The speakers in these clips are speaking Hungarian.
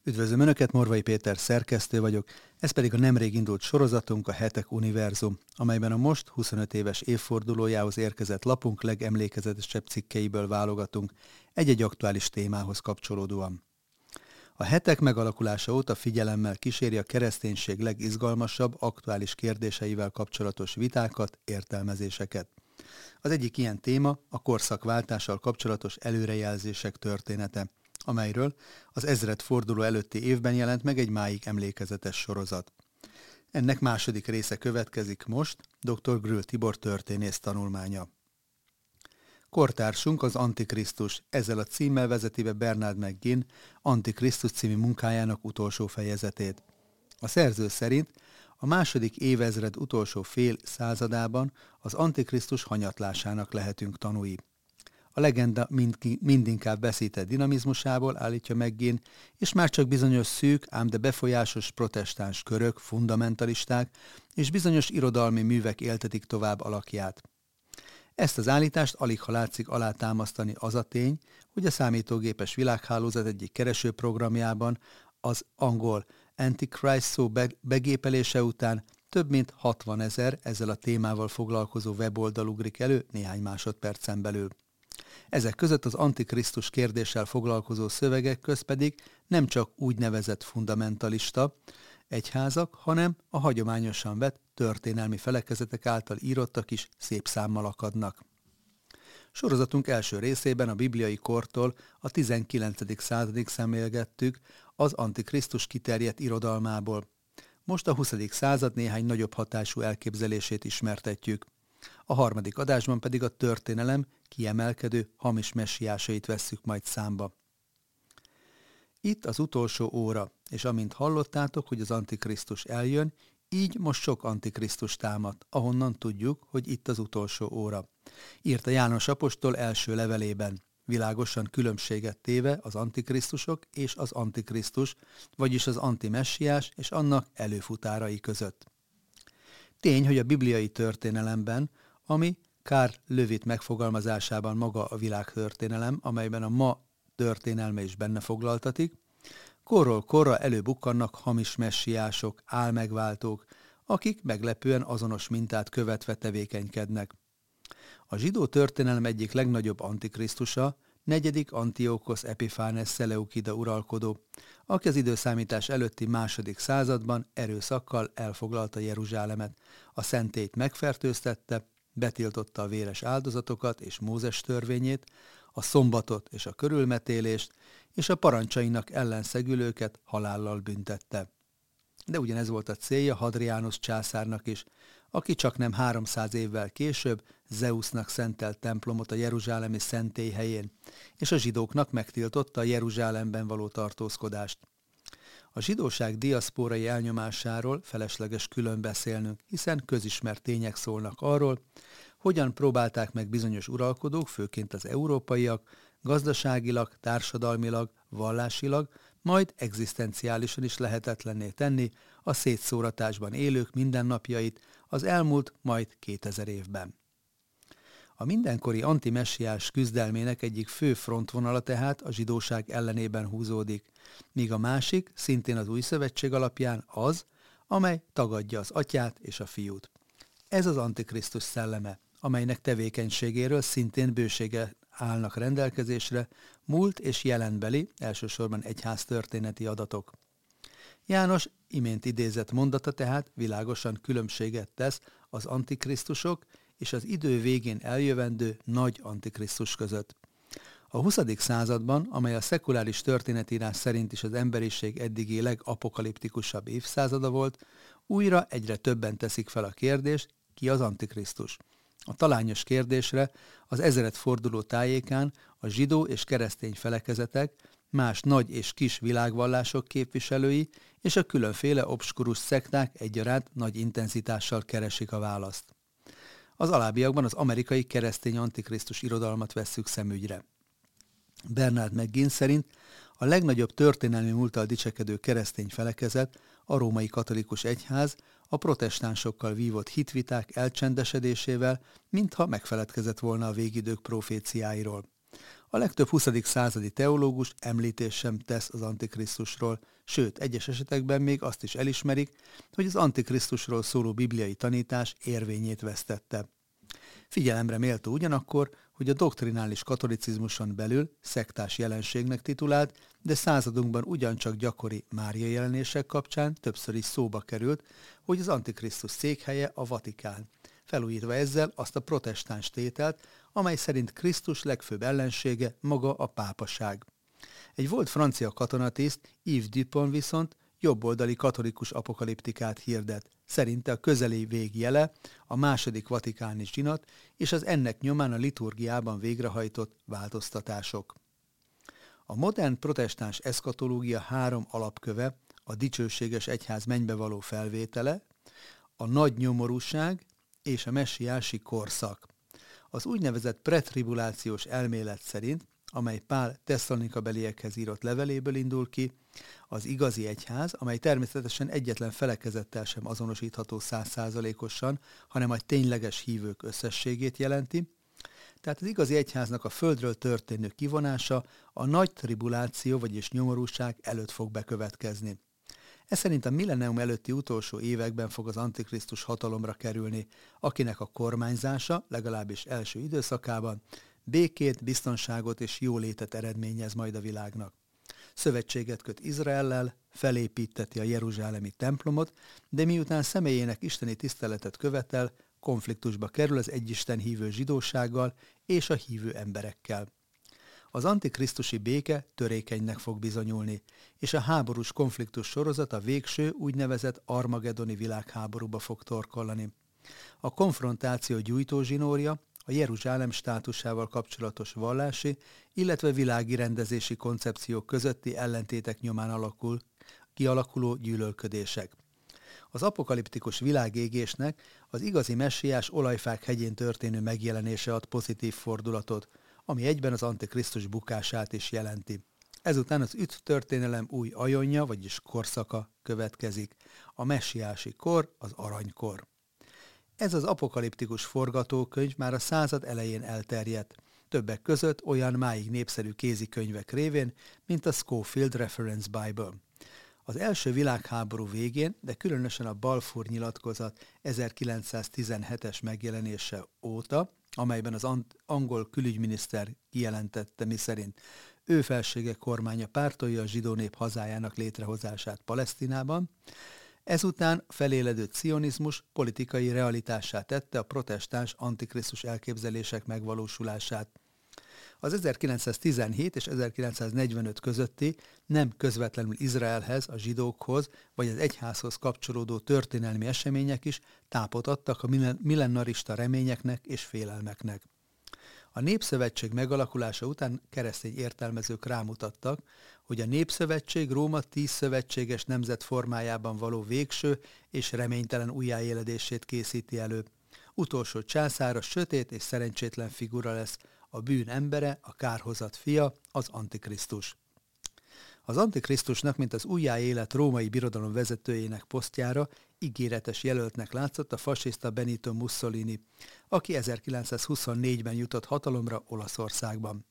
Üdvözlöm Önöket, Morvai Péter szerkesztő vagyok, ez pedig a nemrég indult sorozatunk, a Hetek Univerzum, amelyben a most 25 éves évfordulójához érkezett lapunk legemlékezetesebb cikkeiből válogatunk egy-egy aktuális témához kapcsolódóan. A Hetek megalakulása óta figyelemmel kíséri a kereszténység legizgalmasabb, aktuális kérdéseivel kapcsolatos vitákat, értelmezéseket. Az egyik ilyen téma a korszakváltással kapcsolatos előrejelzések története, amelyről az ezredforduló előtti évben jelent meg egy máig emlékezetes sorozat. Ennek második része következik most, dr. Grül Tibor történész tanulmánya. Kortársunk az Antikrisztus, ezzel a címmel vezeti be Bernard McGinn Antikrisztus című munkájának utolsó fejezetét. A szerző szerint a második évezred utolsó fél századában az Antikrisztus hanyatlásának lehetünk tanúi. A legenda mindinkább veszített dinamizmusából, állítja McGinn, és már csak bizonyos szűk, ám de befolyásos protestáns körök, fundamentalisták és bizonyos irodalmi művek éltetik tovább alakját. Ezt az állítást aligha látszik alátámasztani az a tény, hogy a számítógépes világhálózat egyik keresőprogramjában az angol Antichrist szó begépelése után több mint 60 000 ezzel a témával foglalkozó weboldal ugrik elő néhány másodpercen belül. Ezek között az Antikrisztus kérdéssel foglalkozó szövegek közt pedig nem csak úgynevezett fundamentalista egyházak, hanem a hagyományosan vett történelmi felekezetek által írottak is szép számmal akadnak. Sorozatunk első részében a bibliai kortól a 19. századig szemlélgettük az Antikrisztus kiterjedt irodalmából. Most a 20. század néhány nagyobb hatású elképzelését ismertetjük. A harmadik adásban pedig a történelem kiemelkedő hamis messiásait vesszük majd számba. Itt az utolsó óra, és amint hallottátok, hogy az Antikrisztus eljön, így most sok Antikrisztus támad, ahonnan tudjuk, hogy itt az utolsó óra. Írta János apostol első levelében, világosan különbséget téve az Antikrisztusok és az Antikrisztus, vagyis az antimessiás és annak előfutárai között. Tény, hogy a bibliai történelemben, ami Karl Löwit megfogalmazásában maga a világtörténelem, amelyben a ma történelme is benne foglaltatik, korról korra előbukkannak hamis messiások, álmegváltók, akik meglepően azonos mintát követve tevékenykednek. A zsidó történelem egyik legnagyobb antikrisztusa, 4. Antiokosz Epiphánes Szeleukida uralkodó, aki az időszámítás előtti II. Században erőszakkal elfoglalta Jeruzsálemet, a szentélyt megfertőztette, betiltotta a véres áldozatokat és Mózes törvényét, a szombatot és a körülmetélést, és a parancsainak ellenszegülőket halállal büntette. De ugyanez volt a célja Hadrianus császárnak is, aki csaknem 300 évvel később Zeusnak szentelt templomot a jeruzsálemi szentély helyén, és a zsidóknak megtiltotta a Jeruzsálemben való tartózkodást. A zsidóság diaszpórai elnyomásáról felesleges külön beszélnünk, hiszen közismert tények szólnak arról, hogyan próbálták meg bizonyos uralkodók, főként az európaiak, gazdaságilag, társadalmilag, vallásilag, majd egzisztenciálisan is lehetetlenné tenni a szétszóratásban élők mindennapjait az elmúlt majd 2000 évben. A mindenkori antimessiás küzdelmének egyik fő frontvonala tehát a zsidóság ellenében húzódik, míg a másik, szintén az új szövetség alapján az, amely tagadja az atyát és a fiút. Ez az Antikrisztus szelleme, amelynek tevékenységéről szintén bősége állnak rendelkezésre múlt és jelenbeli, elsősorban egyháztörténeti adatok. János imént idézett mondata tehát világosan különbséget tesz az antikrisztusok és az idő végén eljövendő nagy antikrisztus között. A 20. században, amely a szekuláris történetírás szerint is az emberiség eddigi legapokaliptikusabb évszázada volt, újra egyre többen teszik fel a kérdést, ki az Antikrisztus. A talányos kérdésre az ezredforduló tájékán a zsidó és keresztény felekezetek, más nagy és kis világvallások képviselői és a különféle obskurus szekták egyaránt nagy intenzitással keresik a választ. Az alábbiakban az amerikai keresztény antikrisztus irodalmat vesszük szemügyre. Bernard McGinn szerint a legnagyobb történelmi múlttal dicsekedő keresztény felekezet, a római katolikus egyház a protestánsokkal vívott hitviták elcsendesedésével, mintha megfeledkezett volna a végidők proféciáiról. A legtöbb 20. századi teológus említést sem tesz az Antikrisztusról, sőt, egyes esetekben még azt is elismerik, hogy az Antikrisztusról szóló bibliai tanítás érvényét vesztette. Figyelemre méltó ugyanakkor, hogy a doktrinális katolicizmuson belül szektás jelenségnek titulált, de századunkban ugyancsak gyakori Mária jelenések kapcsán többször is szóba került, hogy az Antikrisztus székhelye a Vatikán, felújítva ezzel azt a protestáns tételt, amely szerint Krisztus legfőbb ellensége maga a pápaság. Egy volt francia katonatiszt, Yves Dupont viszont jobboldali katolikus apokaliptikát hirdet. Szerinte a közeli vég jele a második vatikáni zsinat és az ennek nyomán a liturgiában végrehajtott változtatások. A modern protestáns eszkatológia 3 alapköve, a dicsőséges egyház mennybe való felvétele, a nagy nyomorúság és a messiási korszak. Az úgynevezett pretribulációs elmélet szerint, amely Pál Tesszalonika-beliekhez írott leveléből indul ki, az igazi egyház, amely természetesen egyetlen felekezettel sem azonosítható 100%-osan, hanem a tényleges hívők összességét jelenti, tehát az igazi egyháznak a földről történő kivonása a nagy tribuláció, vagyis nyomorúság előtt fog bekövetkezni. Ez szerint a millennium előtti utolsó években fog az Antikrisztus hatalomra kerülni, akinek a kormányzása, legalábbis első időszakában, békét, biztonságot és jólétet eredményez majd a világnak. Szövetséget köt Izraellel, felépíteti a jeruzsálemi templomot, de miután személyének isteni tiszteletet követel, konfliktusba kerül az egyisten hívő zsidósággal és a hívő emberekkel. Az antikrisztusi béke törékenynek fog bizonyulni, és a háborús konfliktus sorozat a végső úgynevezett armagedoni világháborúba fog torkollani. A konfrontáció gyújtózsinórja a Jeruzsálem státusával kapcsolatos vallási, illetve világi rendezési koncepciók közötti ellentétek nyomán kialakuló gyűlölködések. Az apokaliptikus világégésnek az igazi messiás olajfák hegyén történő megjelenése ad pozitív fordulatot, ami egyben az Antikrisztus bukását is jelenti. Ezután az történelem új ajonja, vagyis korszaka következik. A messiási kor, az aranykor. Ez az apokaliptikus forgatókönyv már a század elején elterjedt, többek között olyan máig népszerű kézikönyvek révén, mint a Scofield Reference Bible. Az első világháború végén, de különösen a Balfour nyilatkozat 1917-es megjelenése óta, amelyben az angol külügyminiszter kijelentette, miszerint ő felsége kormánya pártolja a zsidó nép hazájának létrehozását Palesztinában, ezután feléledő cionizmus politikai realitássá tette a protestáns antikrisztus elképzelések megvalósulását. Az 1917 és 1945 közötti nem közvetlenül Izraelhez, a zsidókhoz vagy az egyházhoz kapcsolódó történelmi események is tápot adtak a millenarista reményeknek és félelmeknek. A Népszövetség megalakulása után keresztény értelmezők rámutattak, hogy a Népszövetség Róma 10 szövetséges nemzet formájában való végső és reménytelen újjáéledését készíti elő. Utolsó császára sötét és szerencsétlen figura lesz, a bűn embere, a kárhozat fia, az Antikrisztus. Az Antikrisztusnak, mint az újjáélet római birodalom vezetőjének posztjára ígéretes jelöltnek látszott a fasiszta Benito Mussolini, aki 1924-ben jutott hatalomra Olaszországban.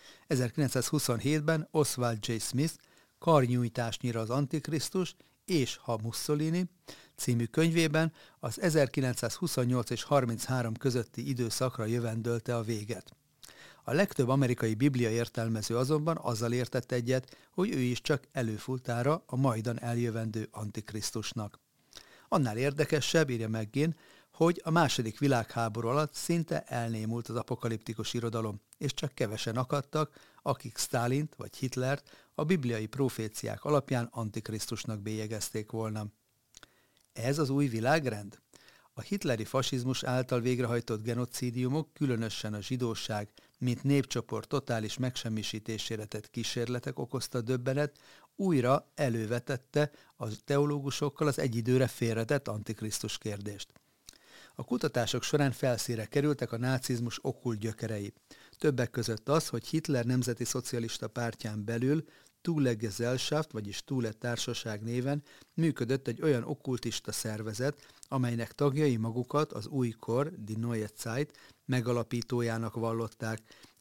1927-ben Oswald J. Smith Karnyújtásnyira az Antikrisztus és Ha Mussolini című könyvében az 1928 és 33 közötti időszakra jövendölte a véget. A legtöbb amerikai biblia értelmező azonban azzal értett egyet, hogy ő is csak előfutára a majdan eljövendő Antikrisztusnak. Annál érdekesebb, írja McGinn, hogy a második világháború alatt szinte elnémult az apokaliptikus irodalom, és csak kevesen akadtak, akik Sztálint vagy Hitlert a bibliai proféciák alapján Antikrisztusnak bélyegezték volna. Ez az új világrend? A hitleri fasizmus által végrehajtott genocidiumok, különösen a zsidóság, mint népcsoport totális megsemmisítésére tett kísérletek okozta döbbenet, újra elővetette a teológusokkal az egyidőre félretett Antikrisztus kérdést. A kutatások során felszínre kerültek a nácizmus okkult gyökerei. Többek között az, hogy Hitler nemzeti szocialista pártján belül Thule Gesellschaft, vagyis Thule Társaság néven működött egy olyan okkultista szervezet, amelynek tagjai magukat az új kor, die Neue Zeit megalapítójának vallották,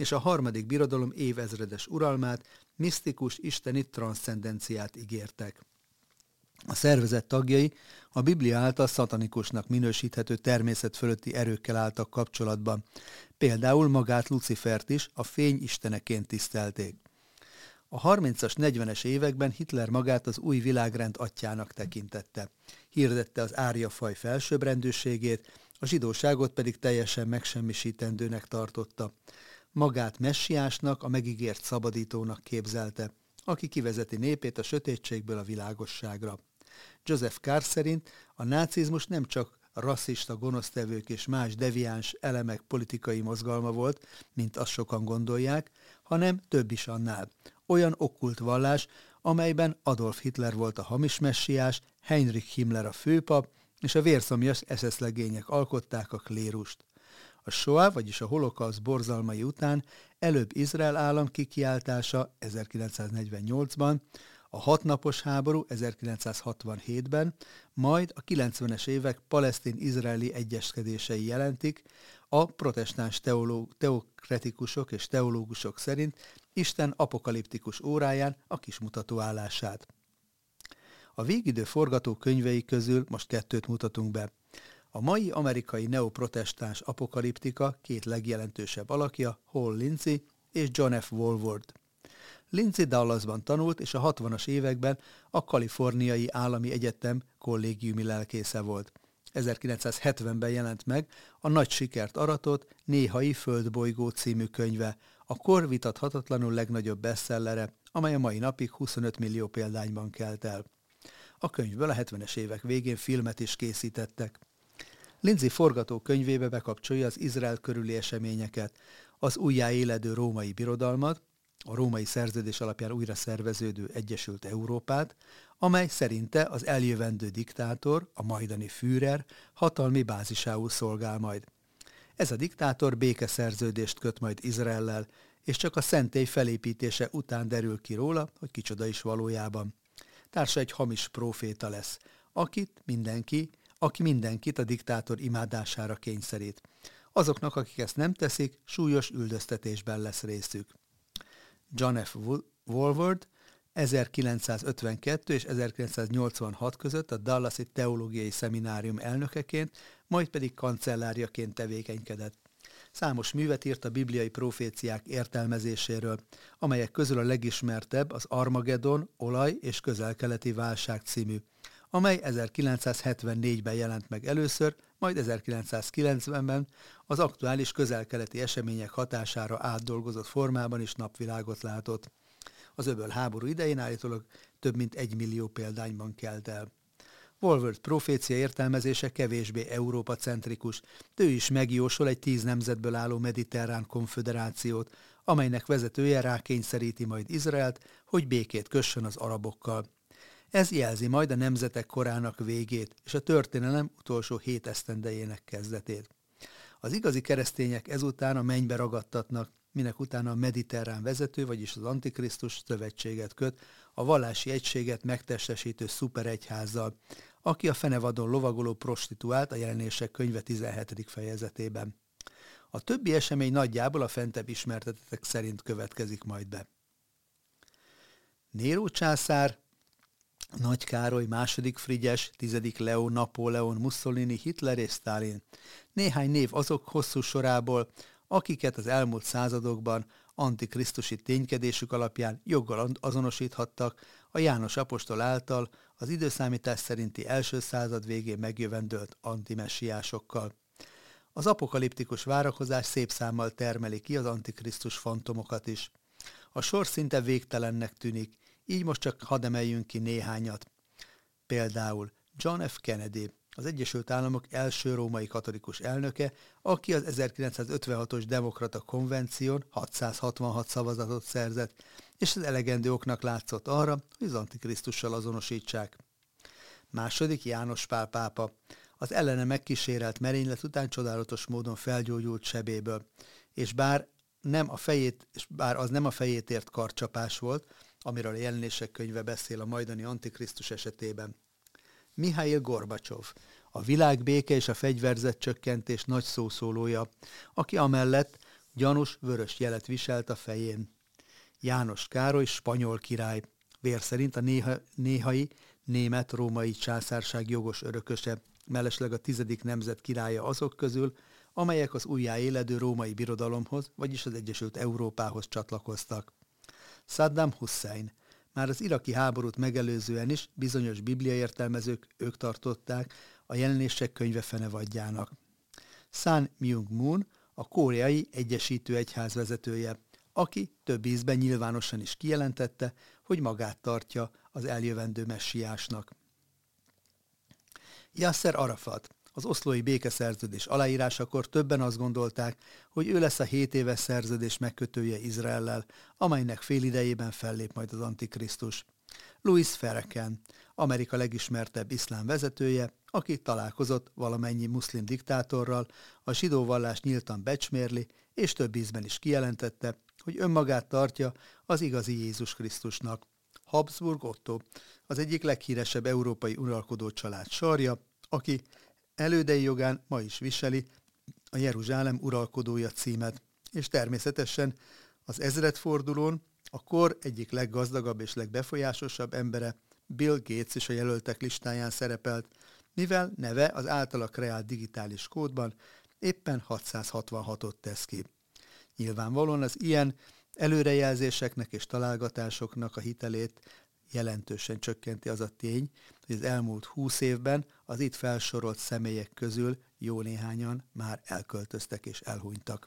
és a harmadik birodalom évezredes uralmát, misztikus, isteni transzcendenciát ígértek. A szervezet tagjai a Biblia által szatanikusnak minősíthető természet fölötti erőkkel álltak kapcsolatban. Például magát Lucifert is a fény isteneként tisztelték. A 30-as, 40-es években Hitler magát az új világrend atyjának tekintette. Hirdette az árjafaj felsőbbrendűségét, a zsidóságot pedig teljesen megsemmisítendőnek tartotta. Magát messiásnak, a megígért szabadítónak képzelte, aki kivezeti népét a sötétségből a világosságra. Joseph Carr szerint a nácizmus nem csak rasszista gonosztevők és más deviáns elemek politikai mozgalma volt, mint azt sokan gondolják, hanem több is annál. Olyan okkult vallás, amelyben Adolf Hitler volt a hamis messiás, Heinrich Himmler a főpap, és a vérszomjas SS legények alkották a klérust. A Shoah, vagyis a holokauszt borzalmai után előbb Izrael állam kikiáltása 1948-ban, a 6 napos háború 1967-ben, majd a 90-es évek palesztin-izraeli egyezkedései jelentik a protestáns teokratikusok és teológusok szerint Isten apokaliptikus óráján a kismutató állását. A végidő forgatókönyvei közül most 2 mutatunk be. A mai amerikai neoprotestáns apokaliptika 2 legjelentősebb alakja Hal Lindsey és John F. Walvoord. Lindsey Dallasban tanult, és a 60-as években a Kaliforniai Állami Egyetem kollégiumi lelkésze volt. 1970-ben jelent meg a nagy sikert aratott Néhai Földbolygó című könyve, a kor vitathatatlanul legnagyobb bestsellere, amely a mai napig 25 millió példányban kelt el. A könyvből a 70-es évek végén filmet is készítettek. Lindsey forgatókönyvébe bekapcsolja az Izrael körüli eseményeket, az újjáéledő római birodalmat, a római szerződés alapján újra szerveződő Egyesült Európát, amely szerinte az eljövendő diktátor, a majdani Führer hatalmi bázisául szolgál majd. Ez a diktátor békeszerződést köt majd Izraellel, és csak a szentély felépítése után derül ki róla, hogy kicsoda is valójában. Társa egy hamis próféta lesz, aki mindenkit a diktátor imádására kényszerít. Azoknak, akik ezt nem teszik, súlyos üldöztetésben lesz részük. John F. Walvoord 1952 és 1986 között a Dallasi Teológiai Szeminárium elnökeként, majd pedig kancellárjaként tevékenykedett. Számos művet írt a bibliai proféciák értelmezéséről, amelyek közül a legismertebb az Armageddon, olaj és közel-keleti válság című, amely 1974-ben jelent meg először, majd 1990-ben az aktuális közel-keleti események hatására átdolgozott formában is napvilágot látott. Az öböl háború idején állítólag több mint 1 millió példányban kelt el. Walvoord profécia értelmezése kevésbé Európa-centrikus, de ő is megjósol egy 10 nemzetből álló mediterrán konföderációt, amelynek vezetője rákényszeríti majd Izraelt, hogy békét kössön az arabokkal. Ez jelzi majd a nemzetek korának végét és a történelem utolsó 7 esztendejének kezdetét. Az igazi keresztények ezután a mennybe ragadtatnak, minek utána a mediterrán vezető, vagyis az Antikrisztus szövetséget köt a vallási egységet megtestesítő szuperegyházzal, aki a fenevadon lovagoló prostituált a Jelenések könyve 17. fejezetében. A többi esemény nagyjából a fentebb ismertetetek szerint következik majd be. Néró császár, Nagy Károly, II. Frigyes, 10. Leó, Napóleon, Mussolini, Hitler és Sztálin. Néhány név azok hosszú sorából, akiket az elmúlt századokban antikrisztusi ténykedésük alapján joggal azonosíthattak a János apostol által az időszámítás szerinti első század végén megjövendölt antimessiásokkal. Az apokaliptikus várakozás szép számmal termeli ki az antikrisztus fantomokat is. A sor szinte végtelennek tűnik, így most csak hadd emeljünk ki néhányat. Például John F. Kennedy, az Egyesült Államok első római katolikus elnöke, aki az 1956-os demokrata konvención 666 szavazatot szerzett, és ez elegendő oknak látszott arra, hogy az antikrisztussal azonosítsák. Második János Pál pápa, az ellene megkísérelt merénylet után csodálatos módon felgyógyult sebéből, és bár az nem a fejét ért karcsapás volt, amiről a Jelenések könyve beszél a majdani antikrisztus esetében. Mihail Gorbacsov, a világbéke és a fegyverzett csökkentés nagy szószólója, aki amellett Gyanús vörös jelet viselt a fején. János Károly spanyol király, vér szerint a néhai német-római császárság jogos örököse, mellesleg a 10. nemzet királya azok közül, amelyek az újjáéledő római birodalomhoz, vagyis az Egyesült Európához csatlakoztak. Saddam Hussein. Már az iraki háborút megelőzően is bizonyos bibliaértelmezők ők tartották a Jelenések könyve fenevadjának. Sun Myung Moon a koreai Egyesítő Egyház vezetője, aki több ízben nyilvánosan is kijelentette, hogy magát tartja az eljövendő messiásnak. Yasser Arafat. Az oszlói békeszerződés aláírásakor többen azt gondolták, hogy ő lesz a 7 éves szerződés megkötője Izraellel, amelynek félidejében fellép majd az Antikrisztus. Louis Farrakhan, Amerika legismertebb iszlám vezetője, aki találkozott valamennyi muszlim diktátorral, a zsidó vallás nyíltan becsmérli, és több ízben is kijelentette, hogy önmagát tartja az igazi Jézus Krisztusnak. Habsburg Otto, az egyik leghíresebb európai uralkodó család sarja, aki elődei jogán ma is viseli a Jeruzsálem uralkodója címet, és természetesen az ezredfordulón a kor egyik leggazdagabb és legbefolyásosabb embere, Bill Gates is a jelöltek listáján szerepelt, mivel neve az általa kreált digitális kódban éppen 666-ot tesz ki. Nyilvánvalóan az ilyen előrejelzéseknek és találgatásoknak a hitelét jelentősen csökkenti az a tény, hogy az elmúlt 20 évben az itt felsorolt személyek közül jó néhányan már elköltöztek és elhunytak.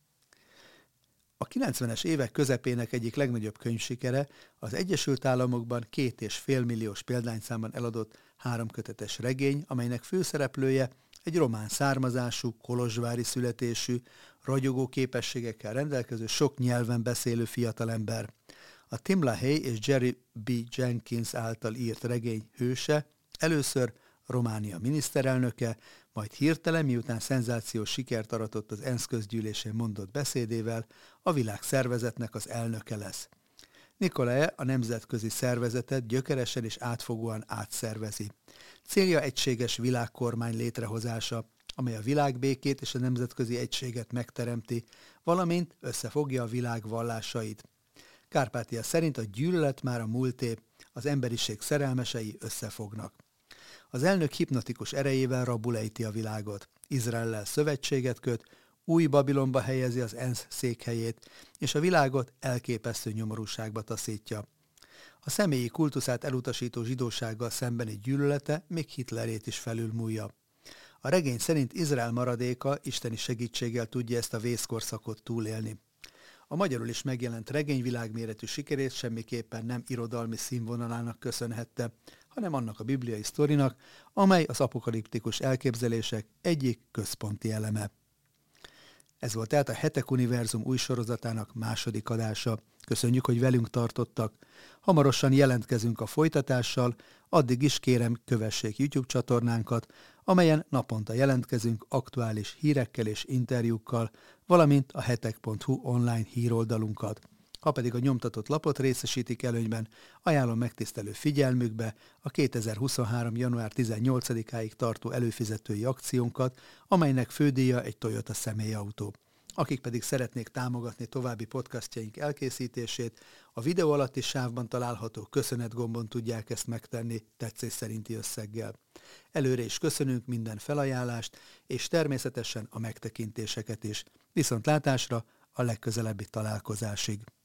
A 90-es évek közepének egyik legnagyobb könyvsikere az Egyesült Államokban 2,5 milliós példányszámban eladott 3 kötetes regény, amelynek főszereplője egy román származású, kolozsvári születésű, ragyogó képességekkel rendelkező, sok nyelven beszélő fiatalember. A Tim LaHaye és Jerry B. Jenkins által írt regény hőse először Románia miniszterelnöke, majd hirtelen, miután szenzációs sikert aratott az ENSZ közgyűlésén mondott beszédével, a világszervezetnek az elnöke lesz. Nikolae a nemzetközi szervezetet gyökeresen és átfogóan átszervezi. Célja egységes világkormány létrehozása, amely a világbékét és a nemzetközi egységet megteremti, valamint összefogja a világ vallásait. Kárpátia szerint a gyűlölet már a múlté, az emberiség szerelmesei összefognak. Az elnök hipnotikus erejével rabul ejti a világot, Izraellel szövetséget köt, új Babilonba helyezi az ENSZ székhelyét, és a világot elképesztő nyomorúságba taszítja. A személyi kultuszát elutasító zsidósággal szembeni gyűlölete még Hitlerét is felülmúlja. A regény szerint Izrael maradéka isteni segítséggel tudja ezt a vészkorszakot túlélni. A magyarul is megjelent regény világméretű sikerét semmiképpen nem irodalmi színvonalának köszönhette, hanem annak a bibliai sztorinak, amely az apokaliptikus elképzelések egyik központi eleme. Ez volt tehát a Hetek Univerzum új sorozatának második adása. Köszönjük, hogy velünk tartottak. Hamarosan jelentkezünk a folytatással, addig is kérem, kövessék YouTube csatornánkat, amelyen naponta jelentkezünk aktuális hírekkel és interjúkkal, valamint a hetek.hu online híroldalunkat. Ha pedig a nyomtatott lapot részesítik előnyben, ajánlom megtisztelő figyelmükbe a 2023. január 18-áig tartó előfizetői akciónkat, amelynek fődíja egy Toyota személyautó. Akik pedig szeretnék támogatni további podcastjaink elkészítését, a videó alatti sávban található köszönetgombon tudják ezt megtenni tetszés szerinti összeggel. Előre is köszönünk minden felajánlást, és természetesen a megtekintéseket is. Viszontlátásra a legközelebbi találkozásig!